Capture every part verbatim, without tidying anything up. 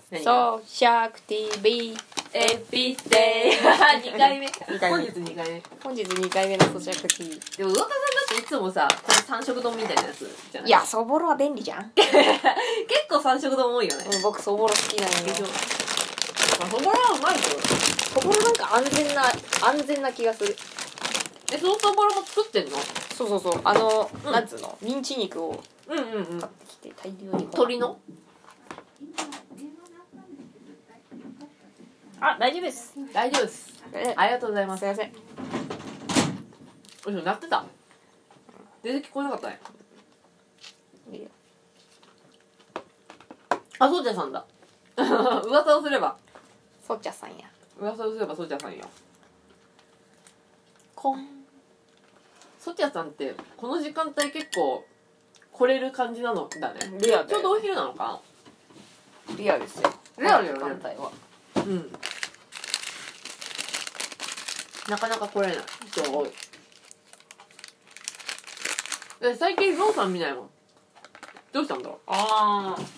そうシャーク ティーブイエピデイにかいめにかいめ本日にかいめ本日にかいめのソシャーク T。 でも魚田さんだっていつもさこの三色丼みたいなやつじゃない？ いやそぼろは便利じゃん結構三色丼多いよね。 うん、僕そぼろ好きなんよ。 でしょ。まあそぼろはうまいけど。 そぼろなんか安全な安全な気がする。 え、そのそぼろも作ってんの？ そうそうそう、あの、 うんなんつうのミンチ肉をうんうんうん。 買ってきて大量に鶏の？ あ、大丈夫です。 大丈夫です。 えありがとうございます。 すいません。 よいしょ、鳴ってた。全然聞こえなかったね。 いいよ。 あ、そうちゃさんだ。噂をすれば。 そっちゃさんや。 噂をすればそうちゃさんよ。 こん。 そちゃさんってこの時間帯結構来れる感じなのだね。 リアルちょうどお昼なのかリアルですよ。 リアルよね反対は。 な。うん。なかなか来れない人が多い。え、最近ゾウさん見ないもん。どうしたんだろああ。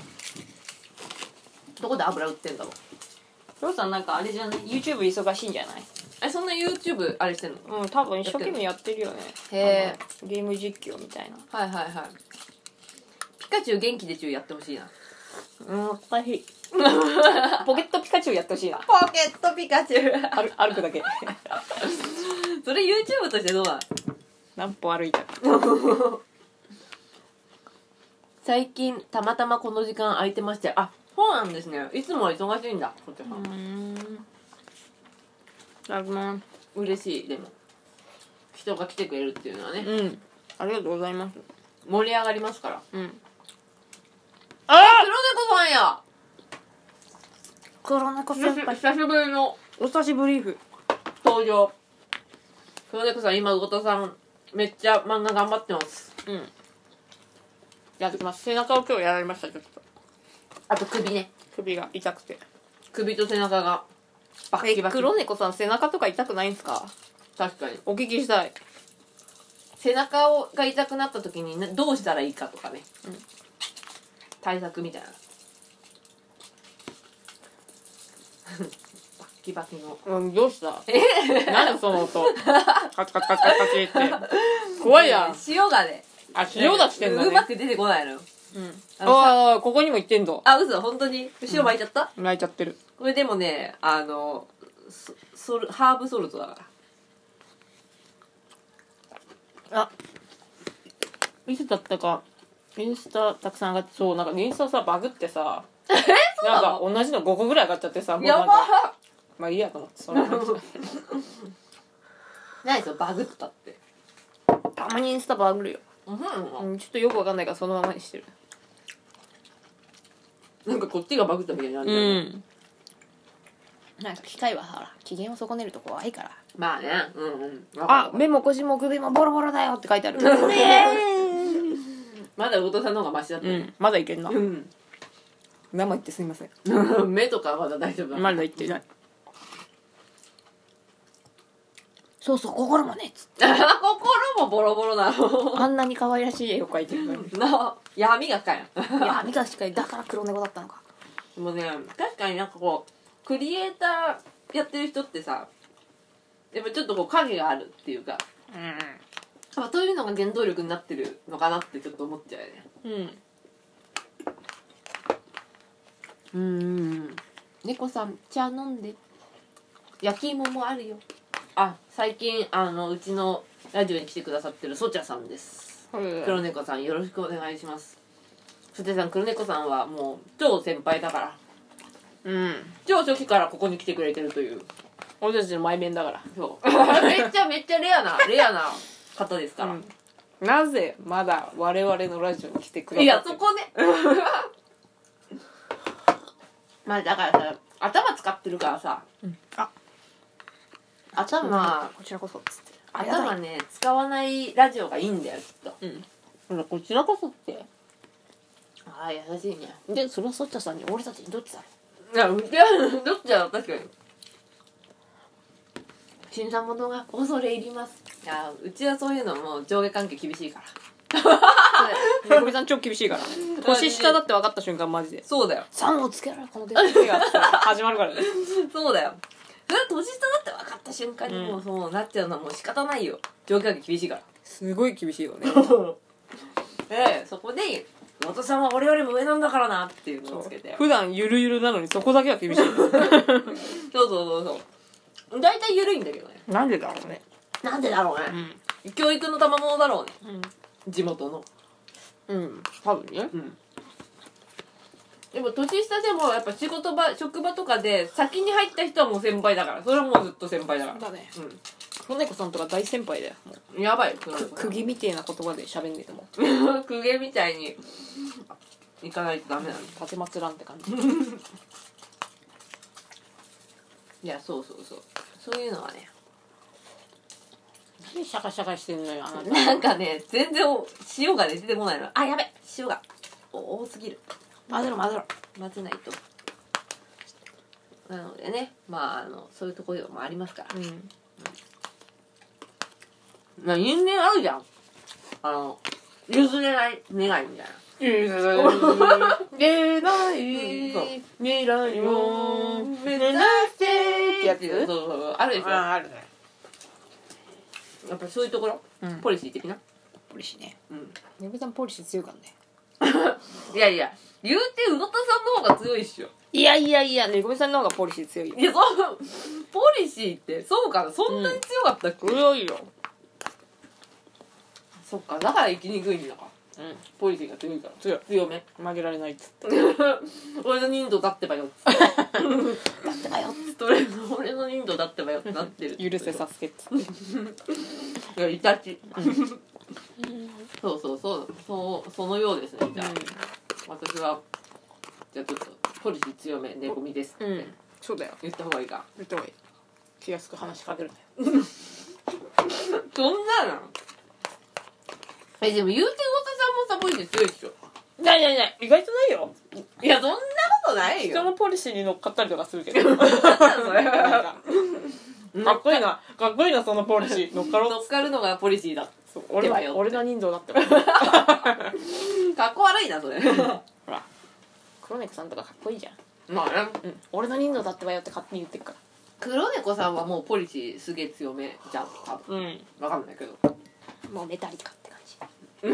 う。どこで油売ってんだろう。 ローさんなんかあれじゃない YouTube 忙しいんじゃない？ え、そんな YouTube あれしてんの？ うん、多分一生懸命やってるよね。 へえ。 あのゲーム実況みたいな。 はいはいはい。ピカチュウ元気でちゅうやってほしいな。 うん、大変。ポケットピカチュウやってほしいな。 ポケットピカチュウ。 歩歩くだけ。 それ YouTube としてどうだ？ 何歩歩いた？ 最近たまたまこの時間空いてまして、あ、そうなんですね。いつもは忙しいんだ、こっちさん。 うん。ラグマン。 嬉しい。でも人が来てくれるっていうのはね、 うん。ありがとうございます。 盛り上がりますから。 うん。 ああ、黒猫さんや。 黒猫先輩。 久しぶりのお久しぶりふ。 登場。黒猫さん、今魚田さんめっちゃ漫画頑張ってます。 うん。やってます。背中を今日やられました、ちょっと。 あと首ね。 首が痛くて。 首と背中がバッキバキ。 黒猫さん背中とか痛くないんですか？ 確かに。 お聞きしたい。 背中をが痛くなった時になどうしたらいいかとかね、 うん、 対策みたいな。バッキバキの。 うん、どうした？え何その音。カチカチカチカチカチって。怖いやん。 ね、塩がね。 あ、塩出してんのね。 うまく出てこないのよ。 うん。 あのさああ、ここにも行ってんぞ。 あ、嘘、本当に塩巻いちゃった？ 泣いちゃってる。 これでもね、あのソソルハーブソルトだから。 あ、いつだったかインスタたくさん上がって、そうなんかインスタさバグってさ、 え、そうなの？ なんか同じのごこぐらい上がっちゃってさ、もうやばなんかまあいいやと思ってその話。 何それバグったって。 たまにインスタバグるよ。 うん、 うん、ちょっとよくわかんないからそのままにしてる。 なんかこっちがバグったみたいになるんだよね。 なんか機械はほら機嫌を損ねると怖いから。 まあね、うんうん。 あ、目も腰も首もボロボロだよって書いてある。 まだ魚田さんの方がマシだったね。 うん、まだいけんな。 うん生言ってすみません。 目とかはまだ大丈夫だ。 まだ言ってない。そうそう、心もねっつって。 心もボロボロなの。 あんなに可愛らしい絵を描いてるのに。 な、闇が深いいや、見たしかりだから黒猫だったのか。 もうね、確かになんかこうクリエイターやってる人ってさ、やっぱちょっとこう影があるっていうか、 うまあ、そういうのが原動力になってるのかなってちょっと思っちゃうよね。 ん。うん。 うん猫さん茶飲んで。焼き芋もあるよ。あ、最近あのうちのラジオに来てくださってるそちゃさんです。黒猫さんよろしくお願いします。そちゃさん、黒猫さんはもう超先輩だから、 うん。 超初期からここに来てくれてるという。 俺たちの前面だから。 そうめっちゃめっちゃレアなレアな方ですから、 うん、なぜまだ我々のラジオに来てくださってる？ いやそこねまあだからさ、頭使ってるからさ、 うん、あ、 頭こちらこそっつって頭ね使わないラジオがいいんだよきっと。 うん、こちらこそって。 ああ優しいね。 でそのそっちゃさんに俺たちにどっちだろいやうちはどっちだろう。確かに審査物が恐れ入ります。いやうちはそういうのもう上下関係厳しいから。 ねこみさん超厳しいから年下だって分かった瞬間マジでそうだよさんをつけろよこのデッキがって始まるからねそうだよそれは年下だって分かった瞬間にもうそうなっちゃうのはもう仕方ないよ条件が厳しいからすごい厳しいよねでそこで元さんは俺よりも上なんだからなっていうのをつけて普段ゆるゆるなのにそこだけは厳しいそうそうそうそう大体緩いんだけどねなんでだろうねなんでだろうね、 うん教育の賜物だろうね地元のうん多分ねうんでも年下でもやっぱ仕事場職場とかで先に入った人はもう先輩だからそれはもうずっと先輩だからだね黒猫さんとか大先輩だよもうんやばいようく釘みてえな言葉で喋んでても公家みたいに行かないとダメなんだ立てまつらんって感じいやそうそうそうそういうのはね何シャカシャカしてんのよあなたなんかね全然塩がね出てこないのあやべ塩が多すぎる混ぜろ混ぜろ混ぜないとなのでねまああのそういうところもありますからうんまあ因縁あるじゃんあの譲れない願いみたいな譲れない未来を目指してってやつそうそうそうあるでしょああるねやっぱそういうところ、 うんポリシー的なポリシーねうんねぶさんポリシー強いからねいやいや言うてうどたさんの方が強いっしょいやいやいやねぐみさんの方がポリシー強いよいやそうポリシーってそうかなそんなに強かったっけ、 強いよそっかだから生きにくいんだかうんポリシーが強いから強い強め曲げられないっつって俺の人度だってばよっつってだってばよっつっ俺の俺の人度だってばよってなってるて許せさすけっつっていやイタチそうそうそうそうそのようですねじゃあ、私はじゃあちょっとポリシー強め寝込みですって、 うんそうだよ言った方がいいか言った方がいい気安く話しかけるねそんなのえでも言うて太田さんもさポリシー強いっしょいやいやいや意外とないよいやそんなことないよ人のポリシーに乗っかったりとかするけどなんだそれなんかかっこいいなかっこいいなそのポリシー乗っかろう乗っかるのがポリシーだそう俺ではよ俺の人情だってばかっこ悪いなそれほら黒猫さんとかかっこいいじゃん、 まあねうん、俺の人情だってばよって勝手に言ってるから黒猫さんはもうポリシーすげえ強めじゃん多分うん分かんないけどもうメタリカって感じ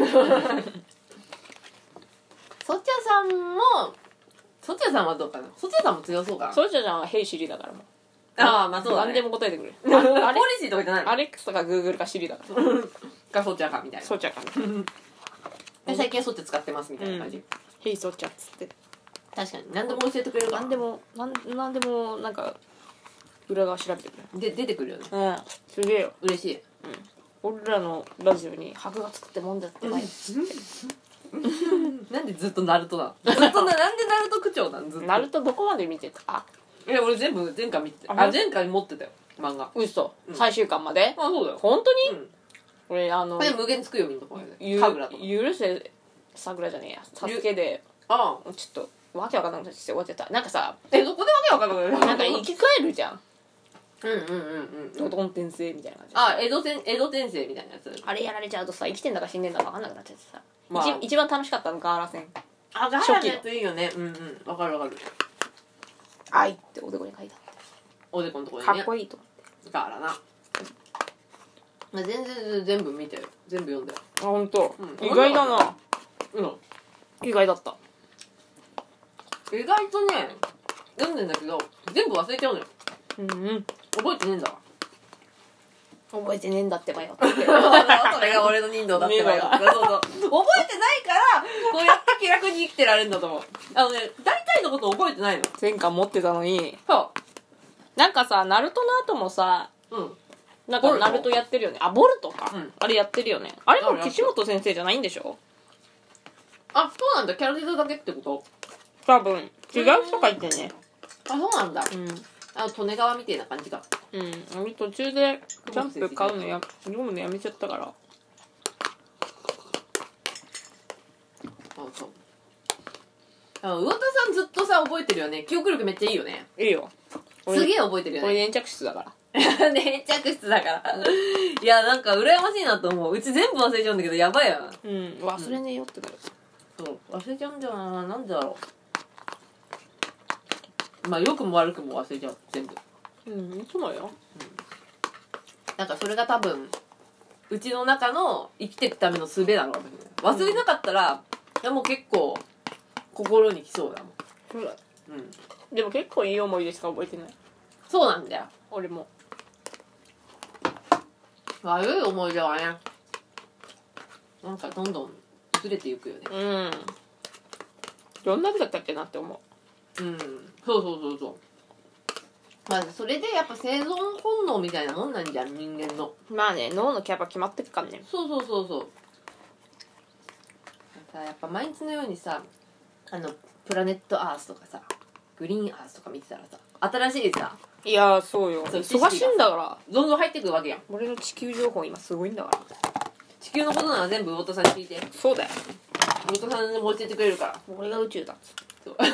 そっちゃさんもそっちゃさんはどうかなそっちゃさんも強そうかなそうじゃじゃんヘイシリだからもうああまあそうだね何でも答えてくれるポあれリシーとかじゃないのアレックスとかグーグルかシリだからかそっちゃかみたいなそうちゃうかで最近はそっち使ってますみたいな感じ、 うんヘイそうちゃっつって確かに何でも教えてくれるから何でもなんなんでもなんか裏側調べてくれで出てくるよねるうんすげえよ嬉しい俺らのラジオに箔がつくってもんだってないっつってなんでずっとナルトなのずっとななんでナルト口調なんずっとナルトどこまで見てたいや俺全部前回見てたああ前回持ってたよ漫画嘘、 うん最終巻まであそうだよ本当に、 うん俺あのこれ無限つくよみんなこれゆ神楽とか許せさくらじゃねえやサスケでああちょっとわけわかんなくなって終わっちゃったなんかさえどこでわけわかんなくなるなんか生き返るじゃんうんうんうんうんドドン転生みたいな感じあ江戸天江戸転生みたいなやつあれやられちゃうとさ生きてんだか死んでんだか分かんなくなっちゃってさ、 まあ一一番楽しかったのガーラ戦あガ初期のーラのやついいよねうんうんわかるわかる愛っておでこに書いてあっおでこのところたにねかっこいいとガーラなまあ全然全部見てよ全部読んだよあ本当、 うん意外だなうん意外だった意外とね読んでんだけど全部忘れちゃうのようんうん覚えてねえんだわ覚えてねえんだってばよってそれが俺の人道だってばよそうそう覚えてないからこうやって気楽に生きてられるんだと思うあのね大体のこと覚えてないの前回持ってたのにそなんかさナルトの後もさううんなんかナルトやってるよねあボルトか、 うんあれやってるよねあれもあれ岸本先生じゃないんでしょあそうなんだキャラデザだけってこと多分違う人書いてねあそうなんだうんあの利根川みたいな感じかうん俺途中でジャンプ買うのや読むのやめちゃったからあそうあの魚田さんずっとさ覚えてるよね記憶力めっちゃいいよねいいよすげえ覚えてるよねこれ粘着質だから粘着質だからいやなんか羨ましいなと思う。うち全部忘れちゃうんだけどやばいやん。 うん忘れねえよってなる、 そう忘れちゃうんだよな。なんでだろう。まあ良くも悪くも忘れちゃう全部。 うんそうだよ。 なんかそれが多分うちの中の生きていくための術なのかもしれない。忘れなかったら、いやもう結構心にきそうだもん。 そうだ。 うん。 でも結構いい思い出しか覚えてない。 そうなんだよ。 俺も。 悪い思い出はね、なんかどんどん薄れていくよね。 うんどんな味だったっけなって思うん。そうそうそうそう。まあそれでやっぱ生存本能みたいなもんなんじゃん、人間の。 う。まあね脳のキャパ決まってっからね。 そうそうそうそう。さやっぱ毎日のようにさ、あのプラネットアースとかさ、グリーンアースとか見てたらさ、新しいさ、 いやーそうよ。 そう忙しいんだから。 どんどん入ってくるわけやん。 俺の地球情報今すごいんだから。 地球のことなら全部魚田さんに聞いて。 そうだよ。 魚田さんに教えてくれるから。 俺が宇宙だっつって。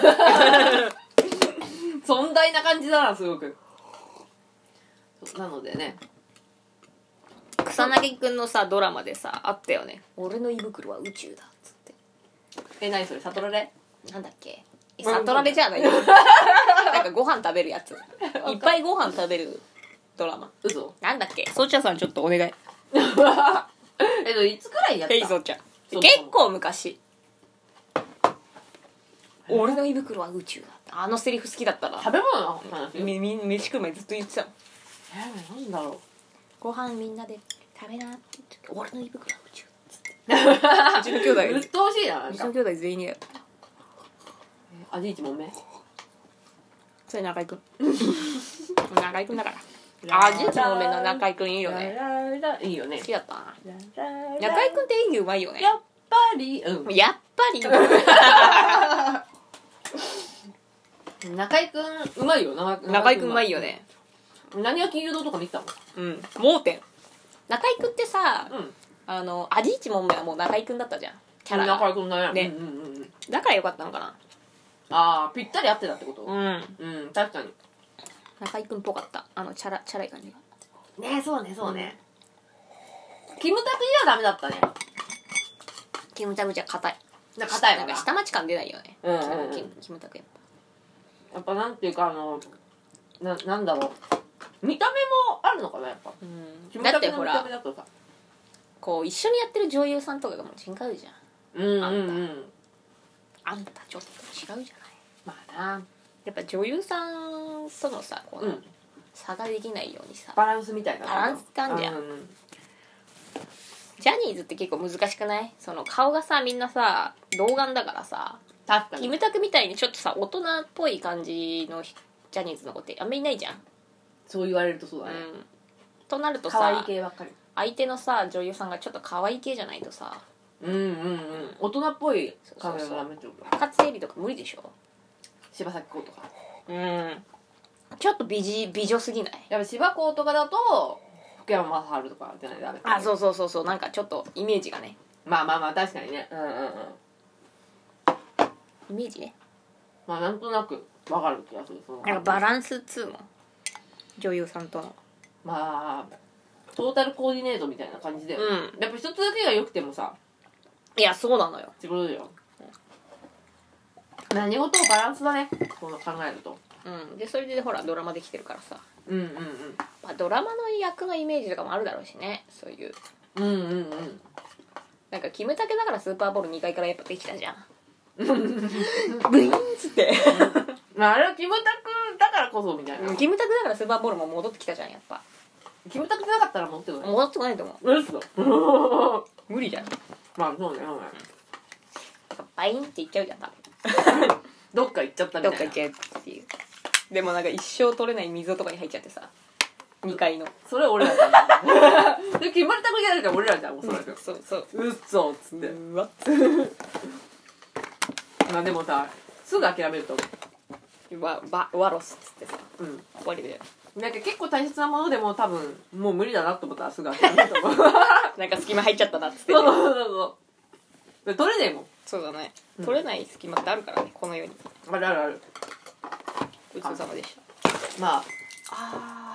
そう壮大な感じだなすごく。そうなのでね。 草薙くんのさドラマでさあったよね。俺の胃袋は宇宙だっつって。 え、何それ、悟られ？ なんだっけ。え悟られじゃないよ。なんかご飯食べるやつ。いっぱいご飯食べるドラマ。 嘘？ なんだっけ。そうちゃんさんちょっとお願い。 えっといつくらいやった？ ヘイそうちゃん。 そう結構昔。俺の胃袋は宇宙だって。あのセリフ好きだったな。 食べ物の話？ みみ飯食う前ずっと言ってたの。 えー、なんだろう。 ご飯みんなで食べなって言って俺の胃袋は宇宙だっつって。うちの兄弟うっとうしいな。なんかうちの兄弟全員に味一問目。 それ中居君中居君だからあじゅうちもめの中居君いいよね。 いいよね。 好きだったな。中居君って演技うまいよね。 やっぱり、うん、 やっぱり中居君うまいよ。 中居君うまいよね。 何が金融堂とか見てたもん。 うん盲点。中居君ってさ、 うん、 あの味一もめはもう中居君だったじゃんキャラが。 中居君だね。 ね、 うんうんうん、 だからよかったのかな。 ああぴったり合ってたってこと。 うんうん確かに。 中居君っぽかった。あのチャラチャラい感じがね。そうねそうね、うん、キムタクにはダメだったね。 キムタクじゃ硬い。 硬いのがなんか下町感出ないよね。 うんうんうん、 キムキムタクやっやっぱなんていうかあのななんだろう、見た目もあるのかなやっぱ。 ぱ、うん、 キムタクだってほらの見た目だとさ、 こう一緒にやってる女優さんとかがもう違うじゃん。 うんうんうんあんたちょっと違うじゃない。 まあな。 やっぱ女優さんとのさこのうん差ができないようにさ、 バランスみたいなバランス感じゃん。 うんうんジャニーズって結構難しくない？その顔がさみんなさ童顔だからさ、 確かにキムタクみたいにちょっとさ大人っぽい感じのジャニーズの子ってあんまりいないじゃん。 そう言われるとそうだね。 うんとなると可愛いさ系ばっかり。 相手のさ女優さんがちょっと可愛い系じゃないとさ、 うんうんうん大人っぽいカメラがダメってこと。 深津絵里とか無理でしょ。 柴咲コウとか。 うんちょっと美人美女すぎない？ やっぱ柴コウとかだと福山雅治とかじゃないとダメ。 あそうそうそうそうなんかちょっとイメージがね。 まあまあまあ確かにね。うんうんうん。 イメージね。 まあなんとなくわかる気がする。そのなんかバランスっつうの女優さんとの。 まあトータルコーディネートみたいな感じだよ、 うんやっぱ一つだけが良くてもさいやそうなのよ。 ってことだよ、うん、何事もバランスだねその考えると。 うんでそれでほらドラマできてるからさ、 うんうんまあ、ドラマの役のイメージとかもあるだろうしね。そういううんうんうんうんなんかキムタクだからスーパーボールにかいからやっぱできたじゃんブイーンっつってまああれはキムタクだからこそみたいな、 キムタクだからスーパーボールも戻ってきたじゃんやっぱ。 キムタクじゃなかったら持ってこない。 戻ってこないと思うっそう。無理じゃん。 まあそうね、そうねバインっていっちゃうじゃん多分どっか行っちゃったみたいな。 どっか行けっていう。でもなんか一生取れない溝とかに入っちゃってさにかいのそれ俺らじゃんでキムタクじゃないから俺らじゃんおそらく、 そうそううっそっつってうわまあでもさすぐ諦めると思わわワロスっつってさう。うん終わりでなんか結構大切なものでも多分もう無理だなと思ったらすぐ諦めると思うなんか隙間入っちゃったなっつってそうそうそうそう取れねえもん。 そうだね、 うん取れない隙間ってあるからねこの世に。 あるあるある。 ごちそうさまでした。 まああ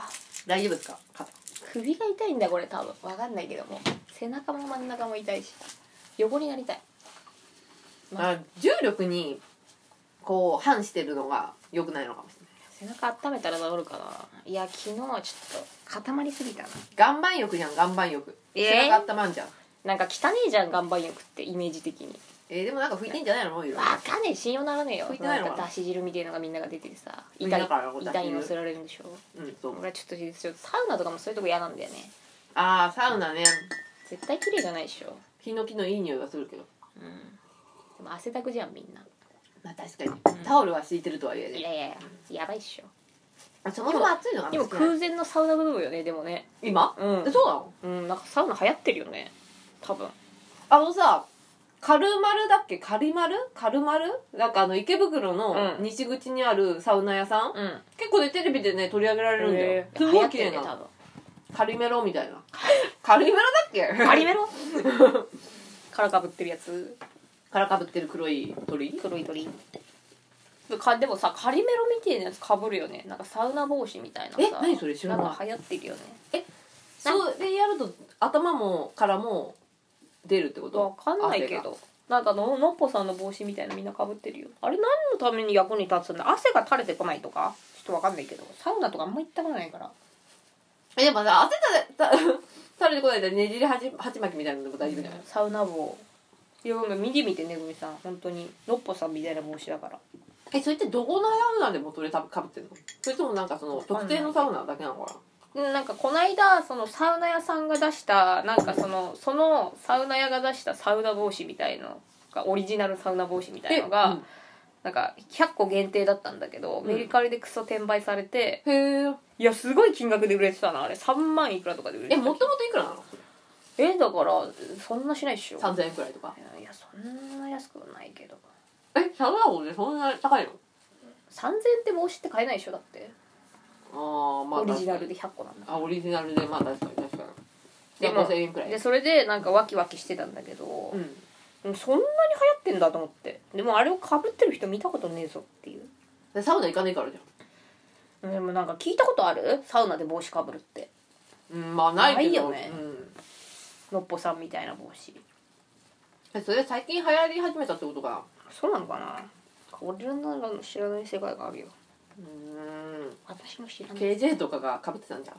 大丈夫ですか肩。 首が痛いんだこれ多分わかんないけども背中も真ん中も痛いし横になりたい、 まあ、重力にこう反してるのが良くないのかもしれない。 背中温めたら治るかな。いや昨日はちょっと固まりすぎたな。 岩盤浴じゃん岩盤浴、 えー背中温まんじゃん。 なんか汚ねえじゃん岩盤浴ってイメージ的に。 えー、でもなんか拭いてんじゃないの？もういろいろわかんねえ信用ならねえよ。 拭いてないのなんかだし汁みたいのがみんなが出ててさみん痛いなからこう痛いに乗せられるんでしょ。 うんそう。 俺はちょっとちょっとサウナとかもそういうとこ嫌なんだよね。 ああサウナね、 絶対綺麗じゃないでしょ。 ヒノキのいい匂いがするけど。 うんでも汗だくじゃんみんな。 まあ確かに、うん、タオルは敷いてるとはいえね。 いやいやいや、うん、やばいっしょ。 そもそも暑いのが今空前のサウナブームよねでもね。 今、 うん、 そうなの？ うんなんかサウナ流行ってるよね多分。 あのさカルマルだっけカリマルカルマルなんかあの池袋の西口にあるサウナ屋さん、 うん、 結構ねテレビでね取り上げられるんだよ。すごい綺麗な、ね、カリメロみたいなカリメロだっけカリメロ殻かぶってるやつ。 殻かぶってる黒い鳥黒い鳥か。でもさカリメロみたいなやつかぶるよね。なんかサウナ帽子みたいなさ。 え何それ知らない。 なんか流行ってるよね。 えそうでやると頭もからも出るってこと？ わかんないけどなんかののっぽさんの帽子みたいなみんなかぶってるよ。あれ何のために役に立つんだ。汗が垂れてこないとかちょっとわかんないけどサウナとかあんま行ったことないから。 えでもさ汗たれ垂れてこないでねじりはち巻きみたいなのでも大丈夫じゃない、うん、 サウナ帽。いや見てみてねぐみさん本当にのっぽさんみたいな帽子だから。 えそれってどこのサウナでもそれかぶってんの？それともなんかその特定のサウナだけなのかな？ なんかこの間そのサウナ屋さんが出したなんかそのそのサウナ屋が出したサウナ帽子みたいのがオリジナルサウナ帽子みたいのが、うん、なんかひゃっこ限定だったんだけど、うん、メルカリでクソ転売されて、 へえ。 いやすごい金額で売れてたなあれさんまんいくらとかで売れてた。 えもともといくらなの？ えだからそんなしないっしょ。 さんぜんえんくらいとか。 いやそんな安くはないけど。 えサウナ帽でそんな高いの？ さんぜんえんって帽子って買えないでしょだって。 あまあオリジナルでひゃっこなんだ。 あオリジナルでまあ確かに確かに。 でもごせんえんくらいでそれでなんかワキワキしてたんだけど、うん、そんなに流行ってんだと思って。でもあれをかぶってる人見たことねえぞっていう。 でサウナ行かねえからじゃん。でもなんか聞いたことある？サウナで帽子かぶるって。 うんまあないけど。 ないよね、うん、のっぽさんみたいな帽子。 えそれ最近流行り始めたってことかな？ そうなのかな。俺らの知らない世界があるよ。 うーん私も知らない。 ケージェー とかがかぶってたんじゃん。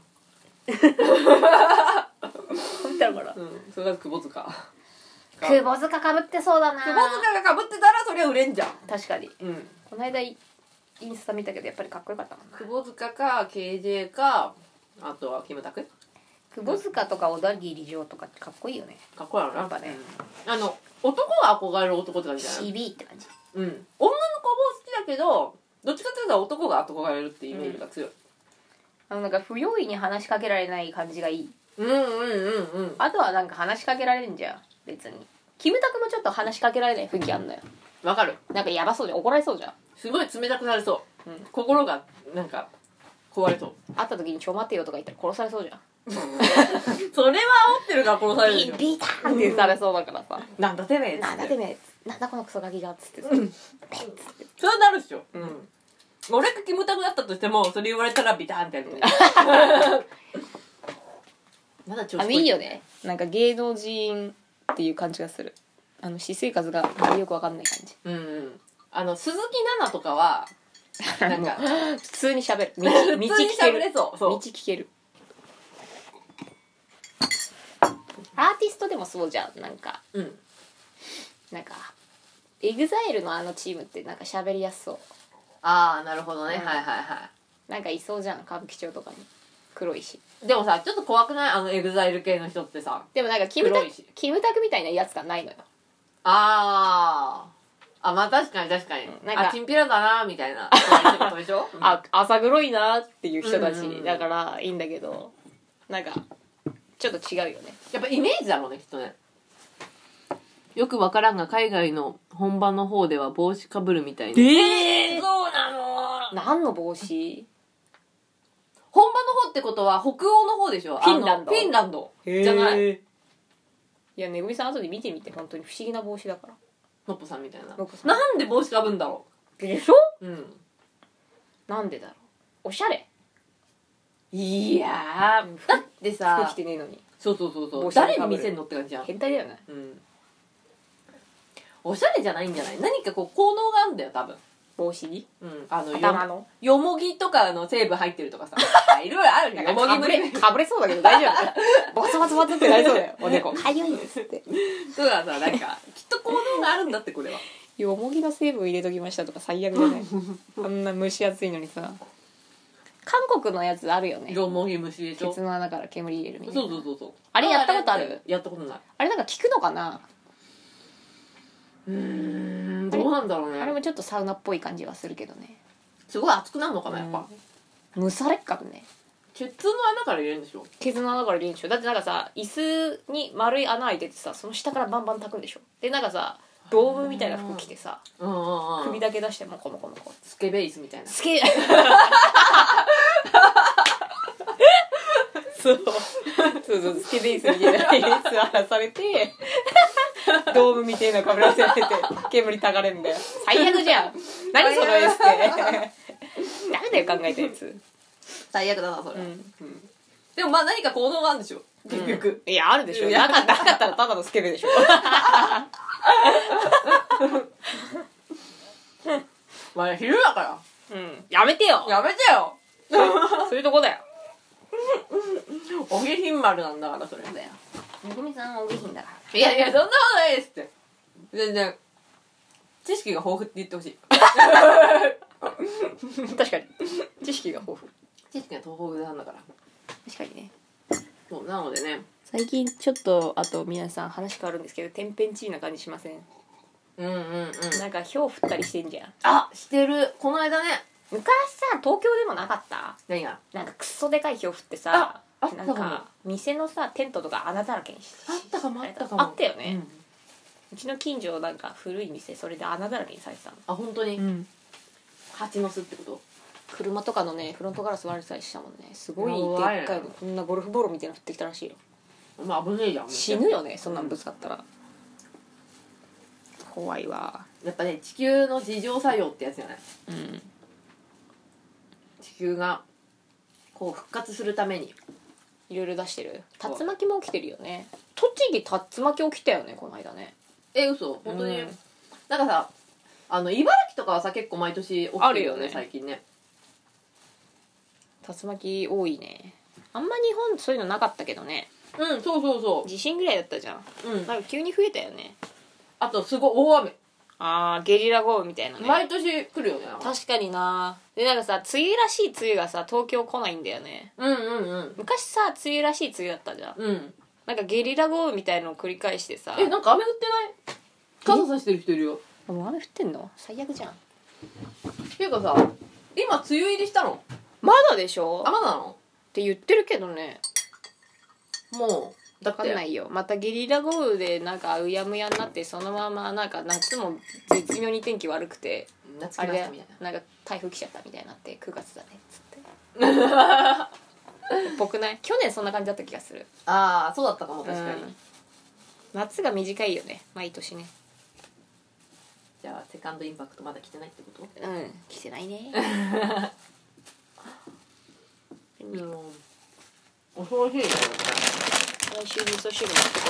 見たのかな。 うんそれが窪塚。 窪塚かぶってそうだな。 窪塚がかぶってたらそりゃ売れんじゃん。 確かに、 うん、 この間インスタ見たけどやっぱりかっこよかったもんな。 窪塚か ケージェー かあとはキムタク。 窪塚とか小田切城とかかっこいいよね。 かっこいいよな。 やっぱね、 うん、あの男が憧れる男って感じじゃない？ シービー って感じ。 うん、女の子も好きだけどどっちかっていうと男が憧れるっていうイメージが強い、うん、 あのなんか不用意に話しかけられない感じがいい。 うんうんうんうん。 あとはなんか話しかけられるんじゃん別に。キムタクもちょっと話しかけられない雰囲気あんのよ。 わかる。 なんかやばそうじゃん。怒られそうじゃん。 すごい冷たくなりそう、うん、心がなんか壊れそう。 会った時にちょ待てよとか言ったら殺されそうじゃん。 それは煽ってるから殺されるでしょ。 ビビターンってされそうだからさ、 うん、なんだてめえなんだてめえなんだこのクソガキがっつってさ、うん、ペッつってそれはなるっしょ、うん、俺がキムタクだったとしてもそれ言われたらビターンってやるまだ調子あのいいよね。なんか芸能人っていう感じがする。あの私生活がよくわかんない感じ。 うんうん。あの鈴木奈々とかはなんか普通に喋る。道道聞ける。そうそう。 道聞ける。アーティストでもそうじゃん。なんか、 うん、なんかエグザイルのあのチームってなんか喋りやすそう。 ああなるほどね、 うん、 はいはいはい。 なんかいそうじゃん歌舞伎町とかに。黒いし。 でもさちょっと怖くない？あのエグザイル系の人ってさ。 でもなんかキムタクキムタクみたいなやつがないのよ。 あーあまあ確かに確かに、うん、なんかあチンピラだなみたいなそうでしょ、うん、 あ浅黒いなっていう人たち、うんうんうん、だからいいんだけどなんかちょっと違うよね。 やっぱイメージだろうねきっとね。よくわからんが海外の本場の方では帽子かぶるみたいな。 えー、そうなの？何の帽子？ 本場の方ってことは北欧の方でしょ？ フィンランド。 フィンランドじゃない？いやねぐみさん後で見てみて。本当に不思議な帽子だから。 のっぽさんみたいな。なんで帽子かぶんだろう？でしょ？ うん。 なんでだろう？おしゃれ？ いやーだって服さ着てねえのにそうそうそうそう帽子にかぶる誰に見せんのって感じじゃん。 変態だよね。 うんおしゃれじゃないんじゃない？何かこう効能があるんだよ多分。 帽子にうんあの頭のよもぎとかの成分入ってるとかさいろいろあるよ。よもぎかぶれかぶれそうだけど大丈夫バツバツバツってなりそうだよおでこかゆいですってとかさなんかきっと効能があるんだってこれは。 よもぎの成分入れときましたとか最悪じゃないこんな蒸し暑いのにさ。韓国のやつあるよね。 よもぎ蒸しでしょ。 ケツの穴から煙入れるみたいな。 そうそうそうそう。 あれやったことある？ やったことない。 あれなんか効くのかな。 うーんどうなんだろうね。 あれもちょっとサウナっぽい感じはするけどね。 すごい熱くなるのかなやっぱ。 蒸されっからね。 ケツの穴から入れるんでしょ。 ケツの穴から入れるんでしょ。だってなんかさ椅子に丸い穴開いててさその下からバンバン炊くんでしょ。でなんかさドームみたいな服着てさうんうんうん、 首だけ出してモコモコモコスケベースみたいな。 スケそうそうそうスケベースみたいなやつ荒されてドームみたいなかぶらせられて煙たがれんだよ。最悪じゃん。何そのエステ誰だよ考えたやつ。 最悪だなそれ、 うんうん、 でもまあ何か行動があるんでしょ結局、 うん、いやあるでしょ。なかったなかったらただのスケベでしょまあ昼だから、 うん、やめてよやめてよそういうとこだよ。 お下品丸なんだからそれだよ。 みこみさんはお下品だかいやいやそんなことないですって。全然知識が豊富って言ってほしいら確かに知識が豊富。 知識が豊富なんだから。 確かにね。 そうなのでね最近ちょっとあと皆さん話変わるんですけど天変地異な感じしません？ うんうんうんなんかひょう降ったりしてんじゃん。 あしてるこの間ね。 昔さ東京でもなかった？ 何がなんかクソでかいひょう降ってさああったかもなんか店のさテントとか穴だらけにしあったかもあったかもあったよね、 うんうちの近所なんか古い店それで穴だらけにされてたの。 あ本当に、 うん、 蜂の巣ってこと。 車とかのねフロントガラス割れてたりしたもんね。すごい怖いねでっかいのこんなゴルフボールみたいなの降ってきたらしいよ。 まあ危ねえじゃん。 死ぬよねそんなんぶつかったら、怖いわ。 やっぱね地球の自浄作用ってやつじゃない。 うん地球がこう復活するためにいろいろ出してる。竜巻も起きてるよね。栃木竜巻起きたよねこの間ね。 え嘘本当に、 うんなんかさあの茨城とかはさ結構毎年起きてるよね、 あるよね最近ね。 竜巻多いね。あんま日本そういうのなかったけどね。 うんそうそうそ地震ぐらいだったじゃん。 う。うんなんか急に増えたよね。 あとすごい大雨、 あーゲリラ豪雨みたいなね。 毎年来るよね。 確かにな。でなんかさ梅雨らしい梅雨がさ東京来ないんだよね。 うんうんうん昔さ梅雨らしい梅雨だったじゃん。 うんなんかゲリラ豪雨みたいのを繰り返してさ。 えなんか雨降ってない？傘さしてる人いるよ。 もう雨降ってんの？最悪じゃん。 っていうかさ今梅雨入りしたの？ まだでしょあまだなの？ って言ってるけどね。 もうだわかんってないよ。またゲリラ豪雨でなんかうやむやになってそのままなんか夏も絶妙に天気悪くて夏あれで来ましたみたいな。 なんか台風来ちゃったみたいになってくがつだねっつって僕ない去年そんな感じだった気がする。 ああそうだったかも確かに、 うん夏が短いよね毎年ね。 じゃあセカンドインパクトまだ来てないってこと？ うん来てないねうん恐ろしいね。 来週味噌汁持ってこ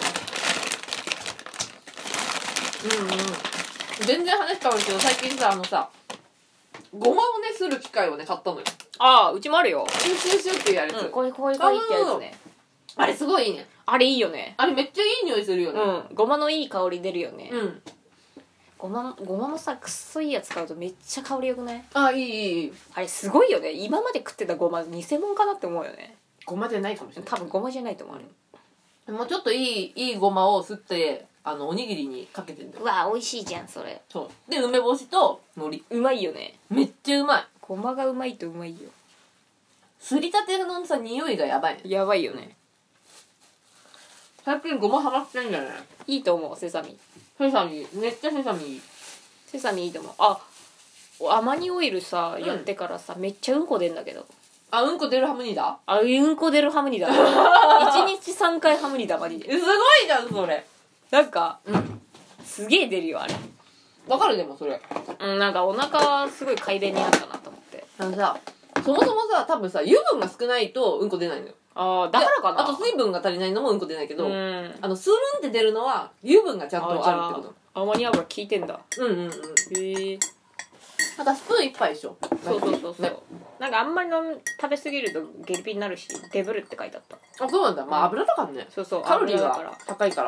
うんうん全然話変わるけど最近さあのさごまをねする機械をね買ったのよ。 ああうちもあるよ。 シュッシュッシュッっていうやつ、 うんこれこれこれってやつね。 あれすごいいいね。 あれいいよね。 あれめっちゃいい匂いするよね。 うんごまのいい香り出るよね。 うんごまごまもさくっそいいやつ買うとめっちゃ香りよくない？ あいいいいいい。 あれすごいよね。今まで食ってたごま偽物かなって思うよね。 ごまじゃないかもしれない。 多分ごまじゃないと思うあれ。 もうちょっといいいいごまをすってあのおにぎりにかけてんだよ。 うわ美味しいじゃんそれ。 そうで梅干しと海苔うまいよね。 めっちゃうまい。 ごまがうまいとうまいよ。 すりたてのさ匂いがやばいね。 やばいよね。 最近ごまハマってんじゃない？ いいと思うセサミ。 セサミめっちゃセサミいい。 セサミいいと思う。あアマニオイルさうんやってからさ、めっちゃうんこ出んだけど。 あうんこ出るハムニダ。 あうんこ出るハムニだ。いちにちさんかいハムニだマジで。 すごいじゃんそれ。 なんかうんすげえ出るよあれ。 わかるでもそれ。 うんなんかお腹すごい快便になったなと思って。 あのさそもそもさ多分さ油分が少ないとうんこ出ないのよ。 ああだからかな。 あと水分が足りないのもうんこ出ないけど、 うん、 あのスルンって出るのは油分がちゃんとあるってこアマニ油効いてんだ。 と。うんうんうん。 へえ。 なんかスプーン一杯でしょ。 そうそうそうそう、 ね、 なんかあんまり飲む食べ過ぎるとゲリピになるしデブルって書いてあった。 あ、そうなんだ。まあ油だからね。 そうそう、 カロリー油だからが高いから。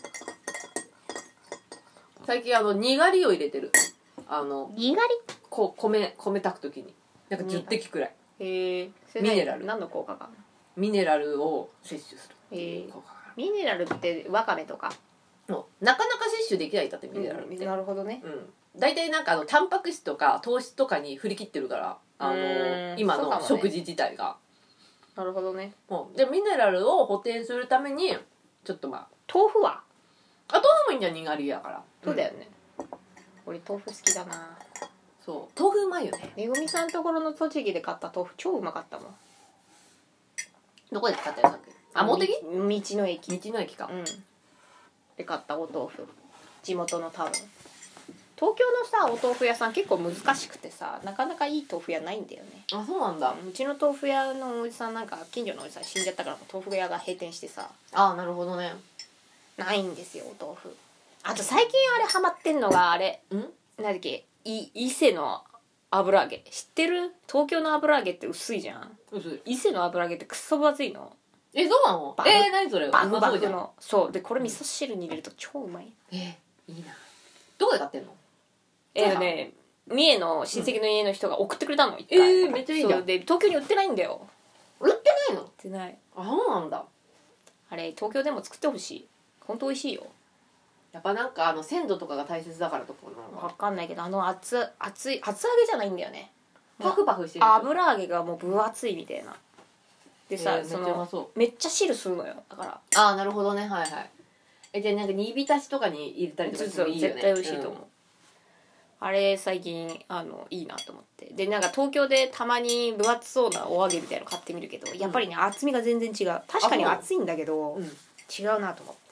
最近あのにがりを入れてる。あのにがりこ米米炊くときになんかじゅってきくらいへえ。 ミネラル何の効果があるの？ ミネラルを摂取するへえ。 効果がある。 ミネラルってわかめとか。 もうなかなか摂取できないんだってミネラルって、 うん、なるほどね。 うん大体なんかあのタンパク質とか糖質とかに振り切ってるからあのうん今のそうかもね食事自体がなるほどね。 もうでミネラルを補填するためにちょっとまあ豆腐はあ豆腐もいいんじゃんにがりやからそうだよね、俺豆腐好きだな。 そう豆腐うまいよね。 めぐみさんところの栃木で買った豆腐超うまかったもん。 どこで使ったやつだっけ。あ茂木道の駅。 道の駅か。 うんで買ったお豆腐、地元の多分東京のさお豆腐屋さん結構難しくてさなかなかいい豆腐屋ないんだよね。 あそうなんだ。 うちの豆腐屋のおじさんなんか近所のおじさん死んじゃったから豆腐屋が閉店してさあなるほどね。 ないんですよお豆腐。あと最近あれハマってんのがあれんなんだっけい伊勢の油揚げ知ってる？東京の油揚げって薄いじゃん。 薄い。 伊勢の油揚げってくっそ分厚いの。 えそうなの。 バフえー、何それ。 バフバうまそうじゃん。 フのそうでこれ味噌汁に入れると超うまい。 えー、いいな。どこで買ってんの。 えーね三重の親戚の家の人が送ってくれたの一え回。 ー、めっちゃいいじゃん。 そうで東京に売ってないんだよ。 売ってないの。 売ってない。 あそうなんだ。 あれ東京でも作ってほしい。本当美味しいよ。 やっぱなんかあの鮮度とかが大切だからとかなの分かんないけどあの熱熱い厚揚げじゃないんだよね。 パフパフしてる。 油揚げがもう分厚いみたいなでさ、 えー、 そめっちゃうまのそう。 めっちゃ汁吸うのよだから。 ああなるほどねはいはい。えじゃあなんか煮浸しとかに入れたりとかしてもいいよね。 絶対美味しいと思う、 うん、 あれ最近あのいいなと思ってでなんか東京でたまに分厚そうなお揚げみたいなの買ってみるけどやっぱりね、うん、厚みが全然違う。確かに厚いんだけど、うん、違うなと思って。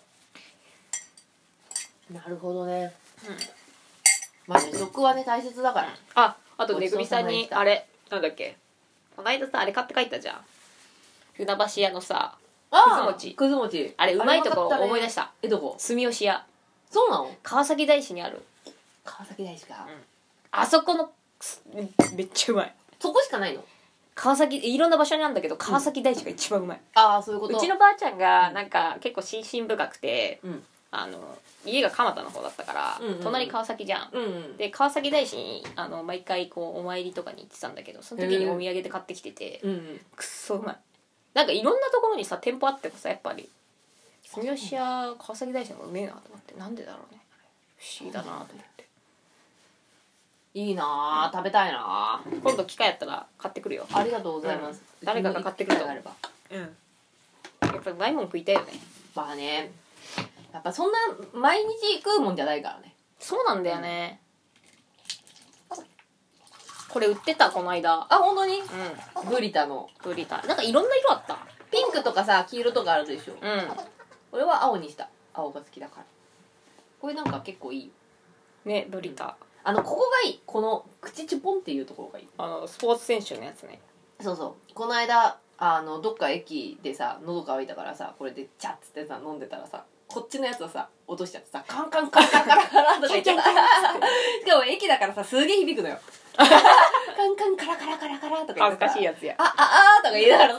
なるほどね。 うんまあね食はね大切だから。 ああとめぐみさんにあれなんだっけこの間さあれ買って帰ったじゃん船橋屋のさくず餅。 くず餅あれうまいところ思い出した、ね、 えどこ。 住吉屋。 そうなの。 川崎大師にある。 川崎大師か、うん、 あそこのめっちゃうまい。 そこしかないの。 川崎いろんな場所にあるんだけど川崎大師が一番うまい、うん、 ああそういうこと。 うちのばあちゃんがなんか結構心身深くて、うん、あの家が蒲田の方だったから、うんうん、隣川崎じゃん、うんうん、で川崎大師にあの毎回こうお参りとかに行ってたんだけどその時にお土産で買ってきてて、うんうん、くっそうまい。なんかいろんなところにさ店舗あってもさやっぱり住吉屋川崎大師の方がうめえなと思ってなんでだろうね不思議だなと思って。 いいな食べたいな。 今度機会やったら買ってくるよ。 ありがとうございます、 うん、誰かが買ってくるとあれば。 うんやっぱうまいもん食いたいよね。 まあねやっぱそんな毎日食うもんじゃないからね。 そうなんだよね、うん、これ売ってたこの間。 あ本当に。 うんブリタのブリタなんかいろんな色あった。 ピンクとかさ黄色とかあるでしょ。うんこれは青にした。青が好きだからこれなんか結構いいねブリタ、うん、 あのここがいい。この口チュポンっていうところがいい。 あのスポーツ選手のやつね。 そうそうこの間あのどっか駅でさ喉乾いたからさこれでチャッつってさ飲んでたらさこっちのやつをさ落としちゃってさカンカンカラカラカラカラとか言ってしかも駅だからさすげえ響くのよカンカンカラカラカラカラとか言ってさ恥ずかしいやつや。 あああとか言いながらさ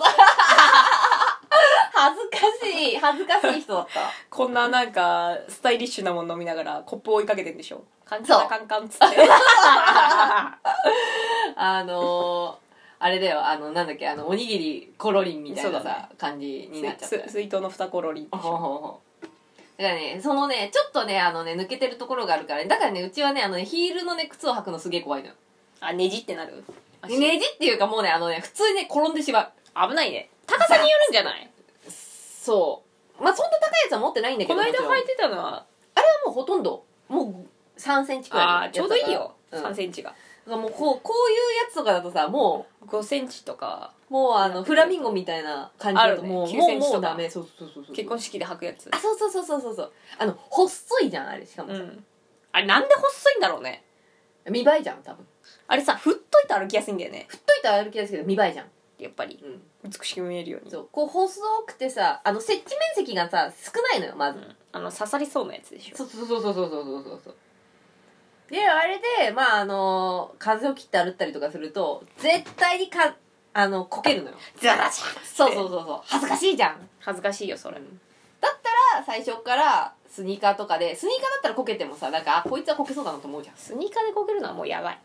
恥ずかしい恥ずかしい人だったこんななんかスタイリッシュなもの飲みながらコップ追いかけてんでしょ。カンカンカンカンっつってあのーあれだよあのなんだっけあのおにぎりコロリンみたいなさ、ね、感じになっちゃった水筒の蓋コロリンほほほだからねそのねちょっとねあのね抜けてるところがあるから、ね、だからねうちはねあのねヒールのね靴を履くのすげえ怖いのよ。 あねじってなる。 ねじっていうかもうねあのね普通にね転んでしまう。 危ないね。高さによるんじゃない。 そうまあそんな高いやつは持ってないんだけどこの間履いてたのはあれはもうほとんどもうさんセンチくらいのやつだから。 あちょうどいいよ、 うん、 さんセンチがもうこうこういうやつとかだとさもうごセンチとかもうあのフラミンゴみたいな感じだともう、 ね、きゅうセンチとかもうもうダメ。そうそうそうそう結婚式で履くやつ。 あそうそうそうそうそうそうあの細いじゃんあれしかもさ、うん、 あれなんで細いんだろうね。 見栄えじゃん多分。 あれさ振っといて歩きやすいんだよね。 振っといてと歩きやすいけど見栄えじゃん。 やっぱりうん、 美しく見えるように。 そうこう細くてさ、あの設置面積がさ少ないのよまず、 うん、あの刺さりそうなやつでしょ。 そうそうそうそうそうそうそうそう。であれでまああの風を切って歩ったりとかすると絶対にかあのこけるのよ。 ザラザラそうそうそうそう恥ずかしいじゃん。 恥ずかしいよそれ。 だったら最初からスニーカーとかで、スニーカーだったらこけてもさ、なんかあこいつはこけそうだなと思うじゃん。 スニーカーでこけるのはもうやばい。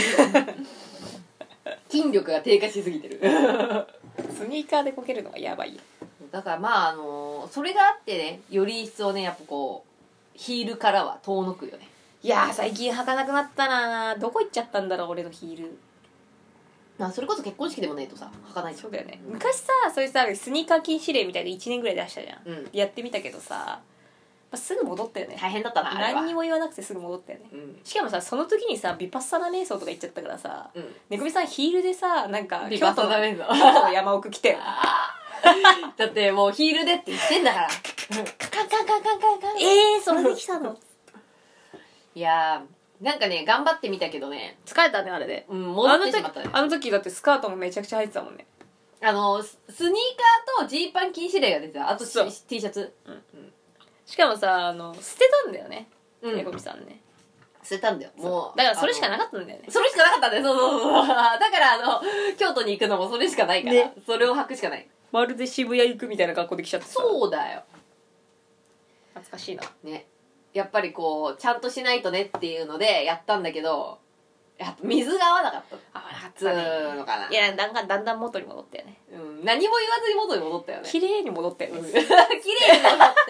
筋力が低下しすぎてる。 スニーカーでこけるのはやばいよ。 だからまああのそれがあってね、より一層ねやっぱこうヒールからは遠のくよね。 いやー最近履かなくなったな。どこ行っちゃったんだろう俺のヒール。 まあそれこそ結婚式でもないとさ履かないじゃん。 そうだよね。昔さそういうさスニーカー禁止令みたいでいちねんぐらい出したじゃん、 うん、 やってみたけどさ、まあ、すぐ戻ったよね。 大変だったなあれは。 何にも言わなくてすぐ戻ったよね、 うん、 しかもさその時にさビパッサナ瞑想とか言っちゃったからさ、 うん、 ねこみさんヒールでさなんかビパッサナ瞑想京都の山奥来てよ。 だってもうヒールでって言ってんだから。カンカンカンカンカンカン。 えー、それで来たの。 いやーなんかね頑張ってみたけどね、 疲れたねあれで。 うん、戻ってしまったね。 あの時あの時だってスカートもめちゃくちゃ入ってたもんね。 あのスニーカーとジーパン禁止令が出てた。あと T そうシャツ、 うん、しかもさあの捨てたんだよね、 うん、 ねこみさんね。 捨てたんだよ。もうだからそれしかなかったんだよね。 それしかなかったんだよ。そうそうそう。だからあの京都に行くのもそれしかないから、ね、それを履くしかない。 まるで渋谷行くみたいな格好で来ちゃってさ。 そうだよ。 懐かしいなね。やっぱりこうちゃんとしないとねっていうのでやったんだけど、やっぱ水が合わなかった。 合わなかっつたね。 うのかな。 いやだんだんだんだん元に戻ったよね。 うん、何も言わずに元に戻ったよね。 綺麗に戻ったよね。 綺麗に戻って。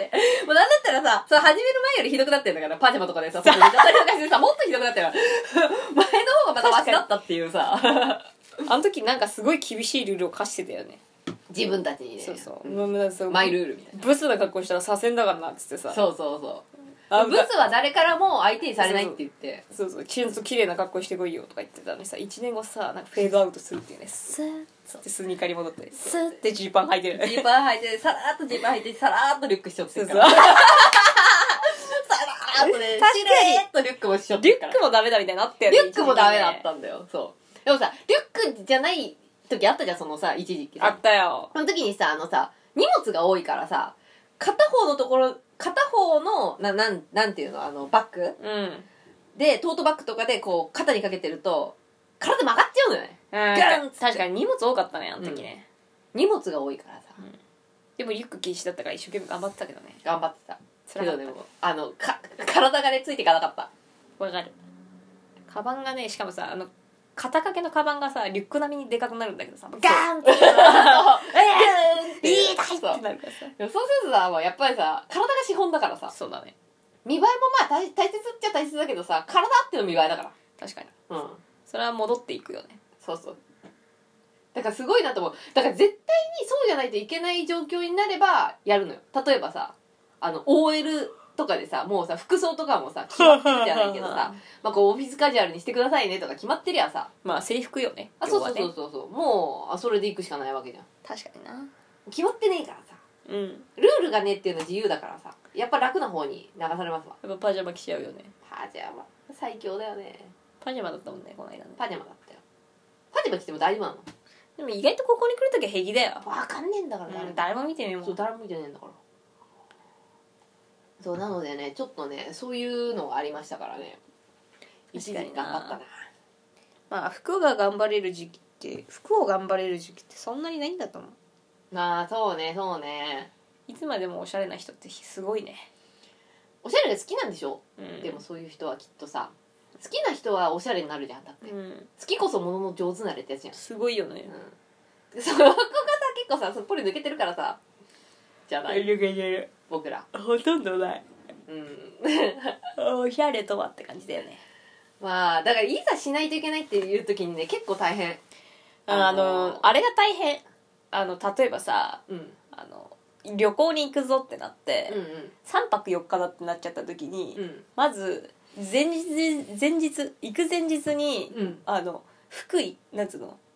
もうなんだったらさ、それ始める前よりひどくなってんだから、パジャマとかでさ、外に出ちゃったりとかしてさ、もっとひどくなってる。前の方がまたマシだったっていうさ。 あの時なんかすごい厳しいルールを課してたよね。 自分たちにね。 そうそう、 うん、 うん、そうマイルールみたいな。 ブスな格好したら左遷だからなっつってさ。 そうそうそう。 あブスは誰からも相手にされないって言って。 そうそう、ちゃんと綺麗な格好してこいよとか言ってたのにさ、いちねんごさなんかフェードアウトするっていうね、スーッつってスニーカーに戻ってスーッてジーパン履いてる。 ジーパン履いてさらーっとジーパン履いてさらーっとリュックしちゃってるから。 そうそうさらーっとね、しれーっとリュックもしちゃってるから。 リュックもダメだみたいになったよね。 リュックもダメだったんだよ。そうでもさリュックじゃない時あったじゃん、そのさ一時期さ。 あったよ。 その時にさあのさ荷物が多いからさ片方のところ片方のななんなんていうのあのバッグうんでトートバッグとかでこう肩にかけてると体曲がっちゃうのよね。 ガガンン確かに荷物多かったねあの時ね、 荷物が多いからさ、 うん、でもリュック禁止だったから一生懸命頑張ってたけどね。 頑張ってた辛かったけどでもあのか体がねついていかなかった。 わかる。カバンがねしかもさあの肩掛けのカバンがさリュック並みにでかくなるんだけどさガーンってガーンっていい痛いってなるからさ。 でもそうするとさもうやっぱりさ体が資本だからさ。 そうだね。 見栄えもまあ大大切っちゃ大切だけどさ体あっての見栄えだから。 確かに。 うんそれは戻っていくよね。 そうそう。だからすごいなと思う。だから絶対にそうじゃないといけない状況になればやるのよ。例えばさあの オーエル とかでさもうさ服装とかもさ決まってるじゃないけどさまあこうオフィスカジュアルにしてくださいねとか決まってりゃさまあ制服よね。 あそうそうそうそうそう、もうあそれで行くしかないわけじゃん。 確かにな。 決まってねえからさうん。 ルールがねっていうのは自由だからさやっぱ楽な方に流されますわ。 やっぱパジャマ着ちゃうよね。 パジャマ最強だよね。 パジャマだったもんねこの間ね。 パジャマだったよ。パジャマ着ても大丈夫なの？ でも意外とここに来るときは平気だよ。 わかんねえんだから誰も、うん、誰も見てねえもん。 そう誰も見てねえんだから。そうなのでねちょっとねそういうのがありましたからね。一時頑張ったな。 まあ服が頑張れる時期って服を頑張れる時期ってそんなにないんだと思う。 まあそうねそうね。 いつまでもおしゃれな人ってすごいね。 おしゃれが好きなんでしょ、うん、でもそういう人はきっとさ好きな人はおしゃれになるじゃんだって、うん、好きこそものの上手なれってやつじゃん。 すごいよね、 うん、そこがさ結構さすっぽり抜けてるからさじゃない僕らほとんどない、 うん、 おしゃれとはって感じだよね。 まあだからいざしないといけないっていう時にね結構大変。 あのー、あれが大変。あの例えばさ、うん、あの旅行に行くぞってなって、うんうん、さんぱくよっかだってなっちゃった時に、うん、まず前日前日行く前日に、うん、あの服なんつうの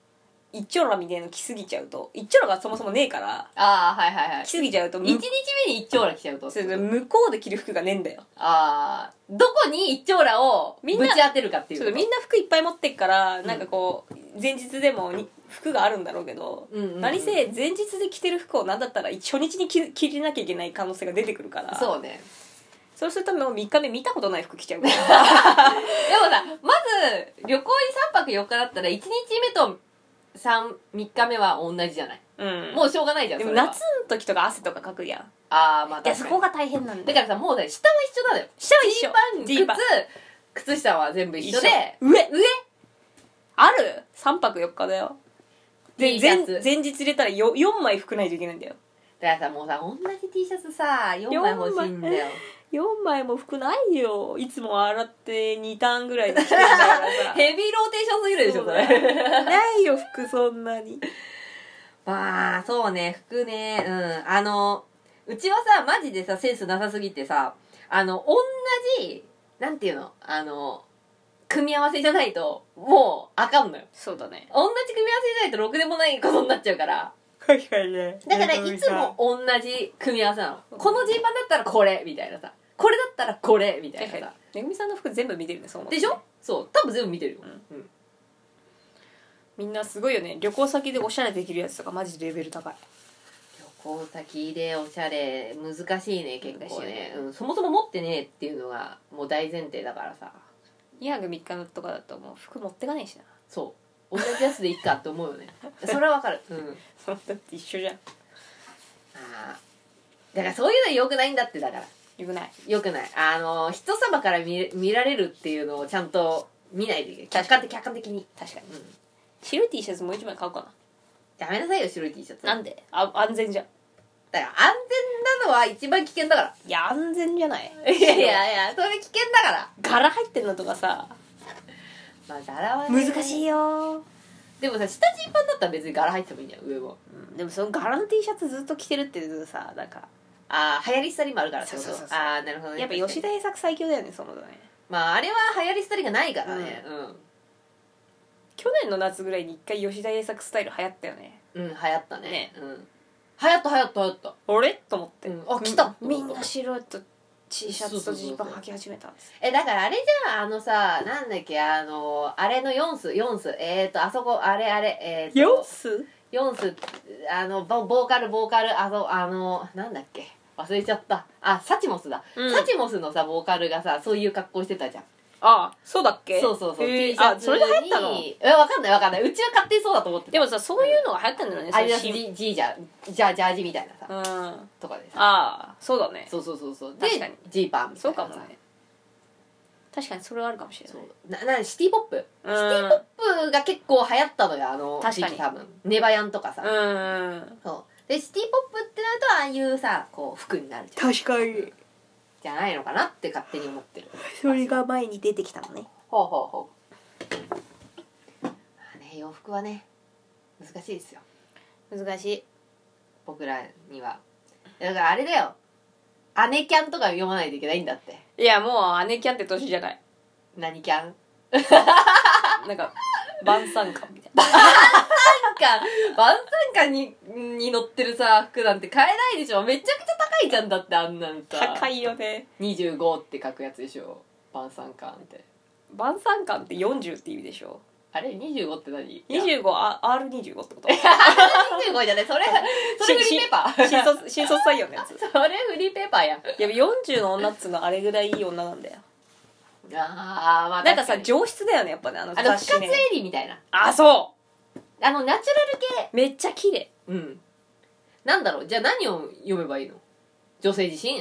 一丁羅みたいなの着すぎちゃうと、一丁羅がそもそもねえからああはいはいはい着すぎちゃうと一日目に一丁羅着ちゃうとそう向こうで着る服がねえんだよ。 ああどこに一丁羅をぶち当てるかっていうそうみんな服いっぱい持ってっから、うん、なんかこう前日でもに服があるんだろうけど、うんうんうん、何せ前日で着てる服を何だったら初日に着着れなきゃいけない可能性が出てくるから。そうね。そうするともうみっかめ見たことない服着ちゃうからでもさまず旅行にさんぱくよっかだったらいちにちめとさん、みっかめは同じじゃない、うん、もうしょうがないじゃん。 でも夏の時とか汗とかかくやん。 あーまあ確かに。 いやそこが大変なんだだからさもうね下は一緒なのよ。 下は一緒。 ジーパン靴靴下は全部一緒で上上ある ?さん 泊よっかだよ。で前前日入れたら よ, よんまい服ないといけないんだよ。 だからさもうさ同じ T シャツさよんまい欲しいんだよ。 よんまいも服ないよ。いつも洗ってにターンぐらいで着てんだからさヘビーローテーションすぎるでしょそれないよ服そんなに。 まあそうね服ねうんあのうちはさマジでさセンスなさすぎてさあの同じなんていうのあの組み合わせじゃないともうあかんのよ。 そうだね。 同じ組み合わせじゃないとろくでもないことになっちゃうから。 確かにね。 だからいつも同じ組み合わせなの。このジーパンだったらこれみたいなさ、これだったらこれみたいなさ。 めぐみさんの服全部見てるねそう思って、 でしょ。そう多分全部見てるよ、うんうん、 みんなすごいよね。旅行先でおしゃれできるやつとかマジでレベル高い。 旅行先でおしゃれ難しいね結構ね、うん、そもそも持ってねえっていうのがもう大前提だからさ。 にはくみっかとかだともう服持ってかないしな。 そう同じやつでいいかって思うよねそれはわかる。うんだって一緒じゃん。ああだからそういうの良くないんだって。だから良くない良くない。あの人様から 見, 見られるっていうのをちゃんと見ないといけない。客観的客観的に。 確かに、うん、白い T シャツもう一枚買おうかな。やめなさいよ白い T シャツ。 なんであ安全じゃん。 だから安全なのは一番危険だから。 いや安全じゃない。 いやいやいやそれ危険だから。 柄入ってんのとかさまあ柄はね難しいよ。 でもさ下ジーパンだったら別に柄入ってもいいんだよ上も、 うん、でもその柄の T シャツずっと着てるっていうさなんかああ流行り廃りもあるからってこと。 そうそうそうそう。 ああなるほどね。 やっぱ吉田栄作最強だよねそのね。 まああれは流行り廃りがないからね。うん、うん、 去年の夏ぐらいに一回吉田栄作スタイル流行ったよね。 うん流行ったね。ねうん流行った流行った流行った。 あれと思って、 うん、あ来たみんな白いと T シャツとジーパン履き始めたんです。 えだからあれじゃんあのさなんだっけあのあれのよんスよんスえっ、ー、とあそこあれあれえっ、ー、とよんスよんスあのボボーカルボーカルあのあのなんだっけ忘れちゃった。あサチモスだ、うん、サチモスのさボーカルがさそういう格好してたじゃん。 ああそうだっけ。 そうそうそう、 T シャツに。あそれで流行ったの。 えわかんないわかんない。うちは勝手にそうだと思ってた。 でもさそういうのが流行ったんだよね。 アディダス G, G じゃじゃジャージみたいなさ、 うん、 とかでさ。 ああそうだね。 そうそうそうそう。 確かにジーパンみたいな。 そうかもね。確かにそれはあるかもしれない。 そうななシティポップ、うん、シティポップが結構流行ったのよあの時期多分。ネバヤンとかさ。 うんそうでシティポップってなるとああいうさこう服になるじゃん。 確かに。 じゃないのかなって勝手に思ってる。 それが前に出てきたのね。 ほうほうほう。まあね洋服はね難しいですよ。 難しい僕らには。だからあれだよ姉キャンとか読まないといけないんだって。 いやもう姉キャンって年じゃない。 何キャンなんか晩餐館みたいな。 晩餐館晩餐館にに乗ってるさ服なんて買えないでしょ。めちゃくちゃ高いじゃんだってあんなんさ。 高いよね。 にじゅうごって書くやつでしょ晩餐館って。 晩餐館ってよんじゅうって意味でしょ。 あれにじゅうごって何？ にじゅうご アールにじゅうご ってこと？ にじゅうごじゃねそれそれフリーペーパー新卒新卒採用のやつ。 それフリーペーパーやん。 いやよんじゅうの女っつうのあれぐらいいい女なんだよ。 ああまあなんかさ上質だよねやっぱねあの雑誌ね。あの深津絵里みたいな。 あそうあのナチュラル系めっちゃ綺麗。 うんなんだろうじゃあ何を読めばいいの？女性自身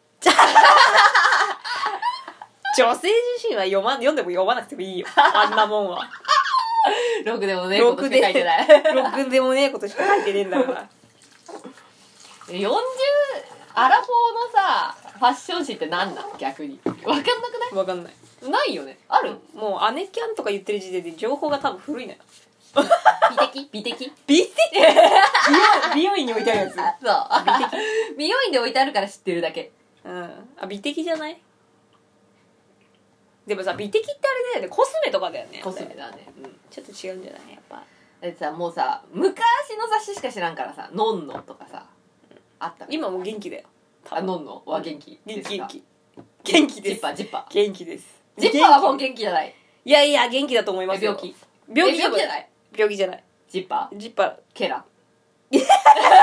女性自身は読ま読んでも読まなくてもいいよあんなもんは。 ろくでもねえことしか書いてない。 ろくでもねえことしか書いてねえんだからよんじゅうアラフォーのさファッション誌って何なん逆に分かんなくない？ 分かんないないよね。ある？ もう姉キャンとか言ってる時点で情報が多分古いのよ。 美的美的美的美容院に置いてあるやつ。そう美的美容院で置いてあるから知ってるだけ。 うんあ美的じゃない？でもさ美的ってあれだよねコスメとかだよね。 コスメだね、 うん、ちょっと違うんじゃないやっぱ。 だってさもうさ昔の雑誌しか知らんからさのんのとかさあった今も元気だよ。 あのんのは元気元ですか？ 気元気元気です。 ジッパージッパー元気です。 ジッパーはもう元気じゃない。 いやいや元気だと思いますよ。 病気病気え病気じゃない。 病気じゃない。 ジッパージッパーケラケラ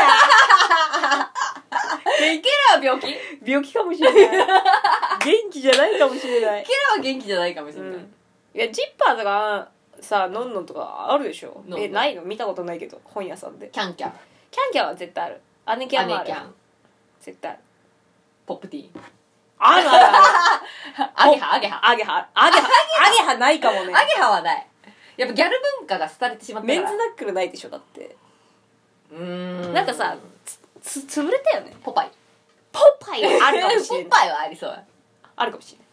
は病気ケ病気かもしれない。元気じゃないかもしれない。 ラは元気じゃないかもしれない、 うん、いやジッパーとかさのんのんとかあるでしょ。 のんのんえないの見たことないけど本屋さんで。 キャンキャンキャンキャンは絶対ある。姉キャンもある。 姉キャン絶対ある。 ポップティーンあるあるある。 アゲハアゲハアゲハアゲハアゲハないかもね。 アゲハはないやっぱギャル文化が廃れてしまったからメンズナックルないでしょだって。 うーんなんかさつつ潰れたよね。 ポパイポパイはあるかもしれない。 ポパイはありそうだあるかもしれ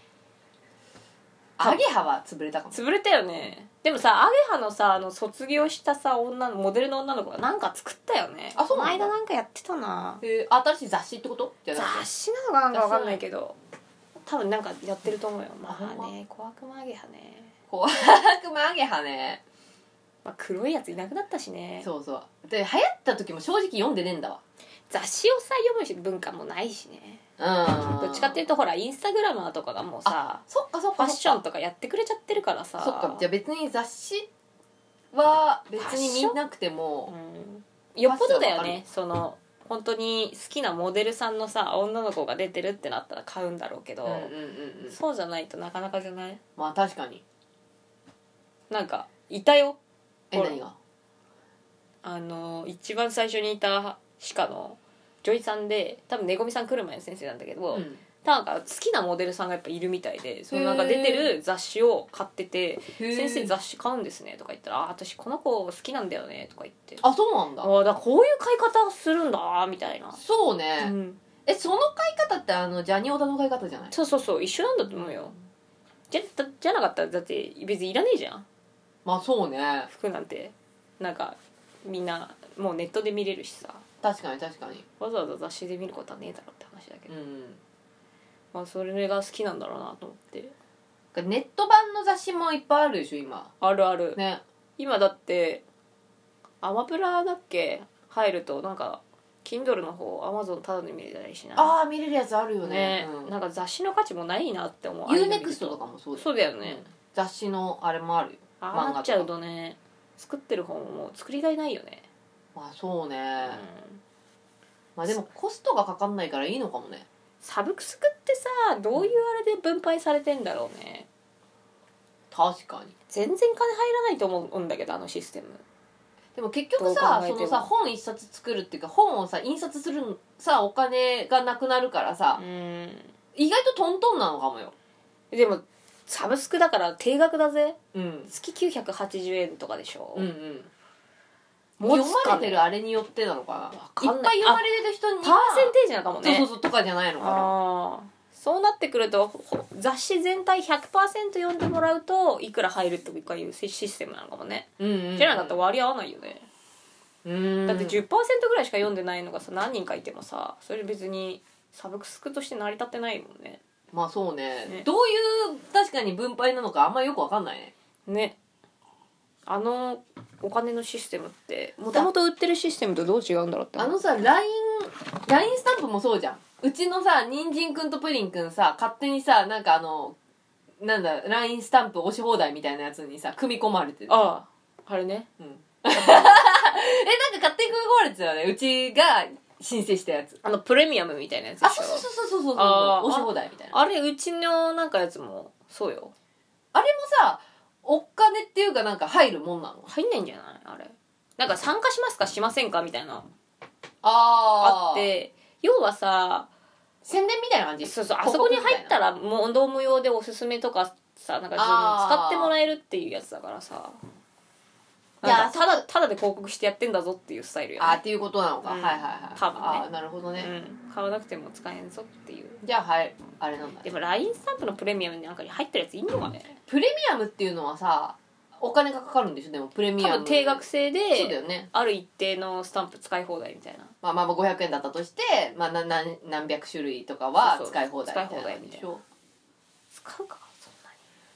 ない。 アゲハは潰れたかも潰れたよね。でもさアゲハのさあの卒業したさ女のモデルの女の子がなんか作ったよね。 あそうなんだこの間なんかやってたな。 えー、新しい雑誌ってことじゃなくて雑誌なのかなんかわかんないけど多分なんかやってると思うよ。まあほんまあね小悪魔アゲハね、 小悪魔アゲハねまあ、黒いやついなくなったしね。 そうそうで流行った時も正直読んでねえんだわ雑誌をさ読むし文化もないしね。 うんどっちかっていうとほらインスタグラマーとかがもうさそっかそっファッかションとかやってくれちゃってるからさ。 そっかじゃあ別に雑誌は別に見なくてもうん、よっぽどだよね。その本当に好きなモデルさんのさ女の子が出てるってなったら買うんだろうけど、 うんうんうんうんそうじゃないとなかなかじゃない。 まあ確かになんかいたよ。ほらえ何があの一番最初にいた歯科の女医さんで多分ねごみさん来る前の先生なんだけど、 うんなんか好きなモデルさんがやっぱいるみたいでそのなんか出てる雑誌を買ってて「先生雑誌買うんですね」とか言ったら「あ私この子好きなんだよね」とか言ってあそうなんだああだからこういう買い方するんだみたいな、 そうね、 うん、 えその買い方ってあのジャニオタの買い方じゃないそうそうそう一緒なんだと思うよ。じゃだじゃなかったらだって別にいらねえじゃんまあそうね服なんて。なんかみんなもうネットで見れるしさ確かに確かにわざわざ雑誌で見ることはねえだろって話だけど、 うんまあそれが好きなんだろうなと思って。 ネット版の雑誌もいっぱいあるでしょ今あるある、 ね今だってアマプラだっけ入るとなんか Kindle の方 Amazon タダで見れたりしない。 ああ見れるやつあるよねね、 うん、 なんか雑誌の価値もないなって思う。 ユーネクストとかもそうそうだよね、 うん雑誌のあれもあるよあ漫画とかあなっちゃうとね作ってる本ももう作りがいないよね、 まあそうね、 うん、 まあでもコストがかかんないからいいのかもねサブスクってさどういうあれで分配されてんだろうね。 確かに全然金入らないと思うんだけどあのシステム。 でも結局どうさそ考えてものさ本一冊作るっていうか本をさ印刷するさお金がなくなるからさ、 うん意外とトントンなのかもよでもサブスクだから定額だぜ。 うん月きゅうひゃくはちじゅうえんとかでしょ、 うんうん持読つかねまれてるあれによってなのかなかんないいっぱい読まれてる人にパーセンテージなのかもね。 そうそうそうとかじゃないのかなああそうなってくるとほ雑誌全体 ひゃくパーセント 読んでもらうといくら入るとかいうシステムなのかもね、 うんうん、うん、 じゃなかったら割り合わないよね、 うんだって じゅっパーセント ぐらいしか読んでないのがさ何人かいてもさそれ別にサブスクとして成り立ってないもんね。 まあそうねねどういう確かに分配なのかあんまよくわかんないねねあのお金のシステムってもともと売ってるシステムとどう違うんだろうって思う。 あのさ ライン ライン スタンプもそうじゃんうちのさ人参くんとプリンくんさ勝手にさなんかあのなんだ ライン スタンプ押し放題みたいなやつにさ組み込まれてるあああれねうん、えなんか勝手に組み込まれてたよねうちが申請したやつあのプレミアムみたいなやつでしょ。 あそうそうそうそうそうそうあー押し放題みたいなあれうちのなんかやつもそうよ。 あれもさお金っていうかなんか入るもんなの入んないんじゃないあれ。なんか参加しますかしませんかみたいなああって要はさ宣伝みたいな感じそうそうあそこに入ったらら問答無用でおすすめとかさなんか自分使ってもらえるっていうやつだからさいやなんかただただで広告してやってんだぞっていうスタイルよ、ね、 あーっていうことなのか、 うんはいはいはい多分ねあーなるほどね、 うん、買わなくても使えんぞっていう。 じゃあはいあれなんだでも ライン スタンプのプレミアムなんかに入ってるやついんのかね。 プレミアムっていうのはさお金がかかるんでしょでもプレミアム多分定額制でそうだよねある一定のスタンプ使い放題みたいな。 まあまあまあごひゃくえんだったとして、まあ、な何何百種類とかはそうそう使い放題みたいな使い放題みたいなでしょ使うかそんなに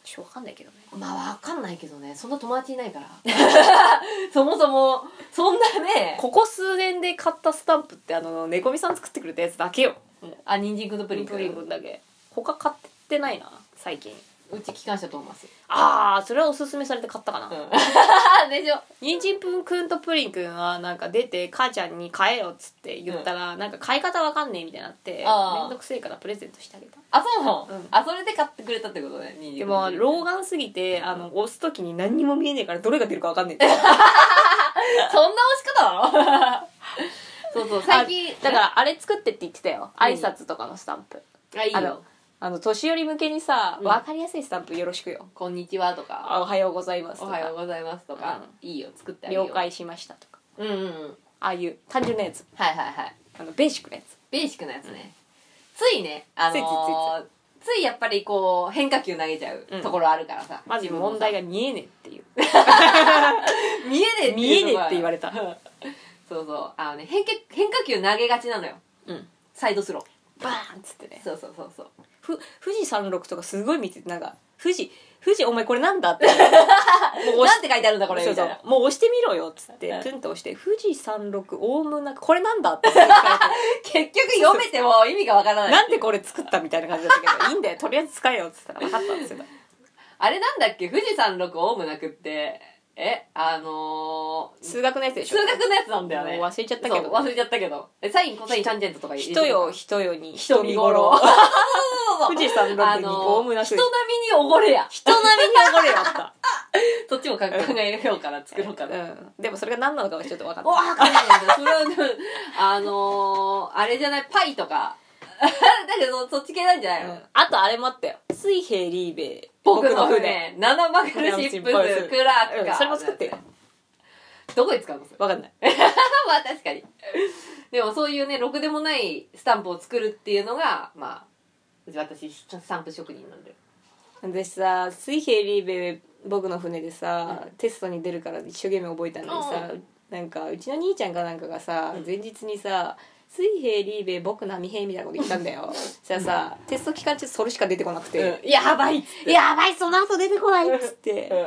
ちょっと分かんないけどね。 まあわかんないけどね、そんな友達いないからそもそもそんなね、 ここ数年で買ったスタンプってあの猫みさん作ってくれたやつだけよ。 あ、人参くんとプリンくんプリンくんだけ。他買ってないな最近。 うち機関車トーマス。 ああ、それはおすすめされて買ったかな。 うん、でしょ。 人参くんとプリンくんはなんか出て母ちゃんに買えよっつって言ったら、うん、なんか買い方わかんねえみたいになってめんどくせえからプレゼントしてあげた。 あ、そうなの、 うん、 あ、それで買ってくれたってことね。人参でも老眼すぎてあの押す時に何にも見えねえからどれが出るかわかんねえってそんな押し方なのそうそう、最近だからあれ作ってって言ってたよ、挨拶とかのスタンプ。 あ、いいよ。 あのあの年寄り向けにさ、 うん、 分かりやすいスタンプよろしくよ。 こんにちはとか、 おはようございますとか、 おはようございますとか、うん、いいよ、作ってあげ了よう。 解しましたとか、 うんうんうん、 ああいう単純なやつ。 はいはいはい、 あのベーシックなやつ。 ベーシックなやつね。ついね、あのー、ついついついついやっぱりこう変化球投げちゃうところあるからさ、 うん、まず問題が見えねえっていう見えねえって見えねえって言われたそうそう、あのね、変化変化球投げがちなのよ、 うん、 サイドスローバーンっつってね。 そうそうそうそう、 ふ富士山ろくとかすごい見てて、なんか富士富士お前これなんだってもうなんて書いてあるんだこれみたいな、 そうそうもう押してみろよっつってプンと押して富士山ろくオウムなんかこれなんだって結局読めても意味がわからない。 なんでこれ作ったみたいな感じだったけどいいんだよとりあえず使えよっつったら分かったんですよ。 あれなんだっけ、富士山ろくオウムなくってえあのー、 数学のやつでしょ。 数学のやつなんだよね。 もう忘れちゃったけど、ね、 忘れちゃったけどサインコサインタンジェントとか入れて人よ人よに人見頃富士山ろくにオウムなく人並みにおごれや人並みにおごれよあったそっちも考えようかな、作ろうかな、 うん、でもそれが何なのかはちょっと分かんない。 分かんないんだそれはあのー、あれじゃない、パイとかだけどそっち系なんじゃないの、 うん、あとあれもあったよ、水平リーベイ僕の船ナナバグルシップスクラークか、 うん、それも作ってよ。 どこで使うのそれ分かんないまあ確かにでもそういうね、ろくでもないスタンプを作るっていうのがまあ私スタンプ職人なんで。 でさ、水平リーベイ僕の船でさ、うん、テストに出るから一生懸命覚えたのにさ、うん、なんかうちの兄ちゃんかなんかがさ、うん、前日にさ水平リーベイ僕波平みたいなこと言ったんだよそしたらさ、テスト期間中それしか出てこなくて、 うん、やばいっつってやばいその後出てこないっつって、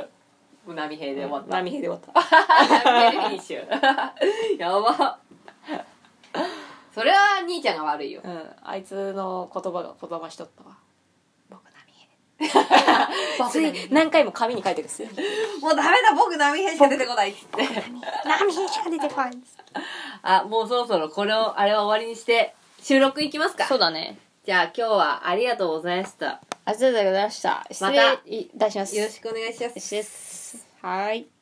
うん、波平で終わった、 波平で終わった波平でフィニッシュやばそれは兄ちゃんが悪いよ、 うん、あいつの言葉が言葉しとったわ。僕波平何回も紙に書いてるっすよもうダメだ僕波平しか出てこないっつって波平しか出てこないっつってあ、もうそろそろこれをあれは終わりにして収録いきますか。 そうだね。 じゃあ今日はありがとうございました。 ありがとうございました。失礼いたします。 よろしくお願いします。 はい。